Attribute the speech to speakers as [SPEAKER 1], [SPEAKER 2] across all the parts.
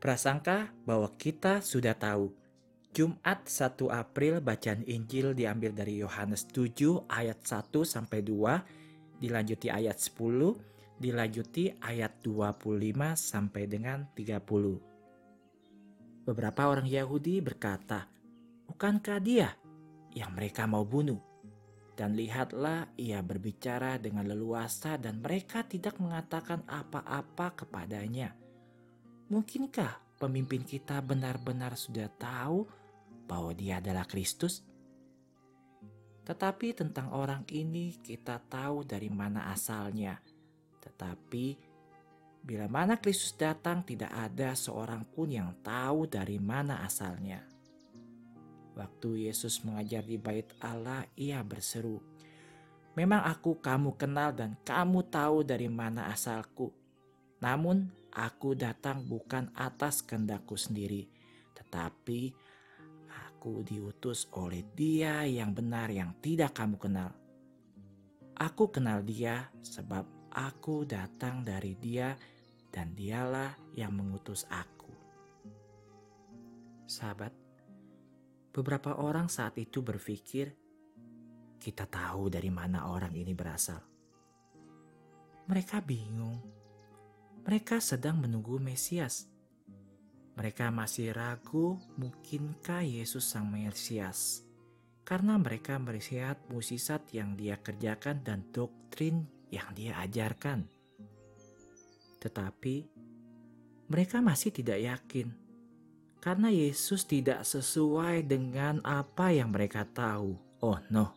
[SPEAKER 1] Prasangka bahwa kita sudah tahu. Jumat 1 April bacaan Injil diambil dari Yohanes 7 ayat 1 sampai 2, dilanjuti ayat 10, dilanjuti ayat 25 sampai dengan 30. Beberapa orang Yahudi berkata, "Bukankah dia yang mereka mau bunuh? Dan lihatlah, ia berbicara dengan leluasa dan mereka tidak mengatakan apa-apa kepadanya. Mungkinkah pemimpin kita benar-benar sudah tahu bahwa dia adalah Kristus? Tetapi tentang orang ini kita tahu dari mana asalnya. Tetapi bila mana Kristus datang, tidak ada seorang pun yang tahu dari mana asalnya." Waktu Yesus mengajar di Bait Allah, ia berseru, "Memang aku kamu kenal dan kamu tahu dari mana asalku. Namun aku datang bukan atas kehendakku sendiri, tetapi aku diutus oleh Dia yang benar yang tidak kamu kenal. Aku kenal Dia sebab aku datang dari Dia dan Dialah yang mengutus aku." Sahabat, beberapa orang saat itu berpikir, kita tahu dari mana orang ini berasal. Mereka bingung. Mereka sedang menunggu Mesias. Mereka masih ragu mungkinkah Yesus sang Mesias, karena mereka melihat mukjizat yang dia kerjakan dan doktrin yang dia ajarkan. Tetapi mereka masih tidak yakin, karena Yesus tidak sesuai dengan apa yang mereka tahu. Oh no.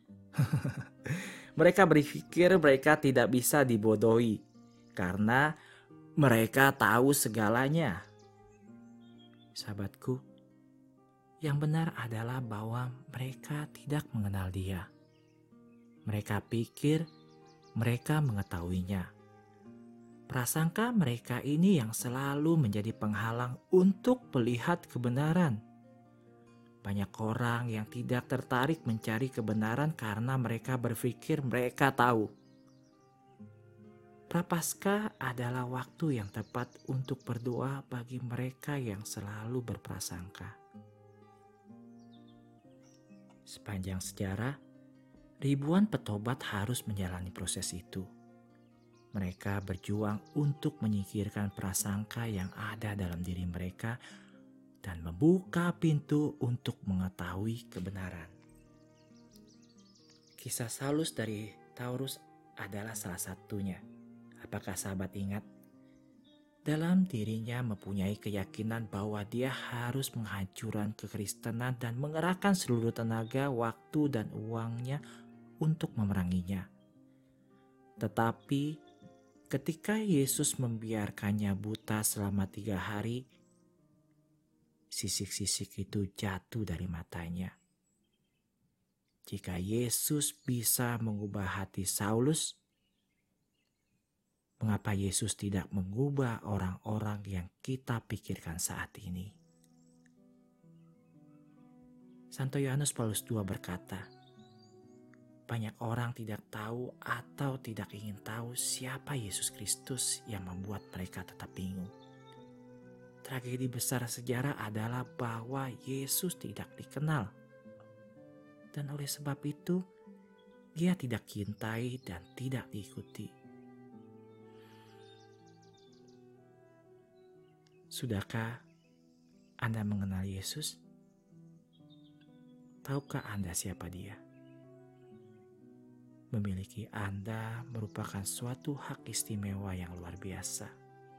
[SPEAKER 1] Mereka berpikir mereka tidak bisa dibodohi, karena mereka tahu segalanya. Sahabatku, yang benar adalah bahwa mereka tidak mengenal Dia. Mereka pikir mereka mengetahuinya. Prasangka mereka ini yang selalu menjadi penghalang untuk melihat kebenaran. Banyak orang yang tidak tertarik mencari kebenaran karena mereka berpikir mereka tahu. Prapaskah adalah waktu yang tepat untuk berdoa bagi mereka yang selalu berprasangka. Sepanjang sejarah, ribuan petobat harus menjalani proses itu. Mereka berjuang untuk menyingkirkan prasangka yang ada dalam diri mereka dan membuka pintu untuk mengetahui kebenaran. Kisah Saulus dari Taurus adalah salah satunya. Apakah sahabat ingat? Dalam dirinya mempunyai keyakinan bahwa dia harus menghancurkan kekristenan dan mengerahkan seluruh tenaga, waktu, dan uangnya untuk memeranginya. Tetapi ketika Yesus membiarkannya buta selama 3 hari, sisik-sisik itu jatuh dari matanya. Jika Yesus bisa mengubah hati Saulus, mengapa Yesus tidak mengubah orang-orang yang kita pikirkan saat ini? Santo Yohanes Paulus II berkata, banyak orang tidak tahu atau tidak ingin tahu siapa Yesus Kristus yang membuat mereka tetap bingung. Tragedi besar sejarah adalah bahwa Yesus tidak dikenal. Dan oleh sebab itu, dia tidak dicintai dan tidak diikuti. Sudahkah Anda mengenal Yesus? Tahukah Anda siapa Dia? Memiliki Anda merupakan suatu hak istimewa yang luar biasa.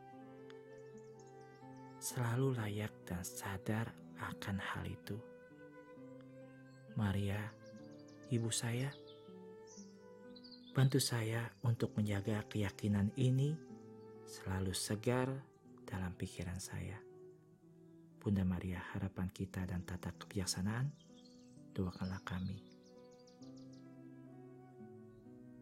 [SPEAKER 1] Selalu layak dan sadar akan hal itu. Maria, ibu saya, bantu saya untuk menjaga keyakinan ini selalu segar dalam pikiran saya. Bunda Maria, harapan kita dan tata kebijaksanaan, doakanlah kami.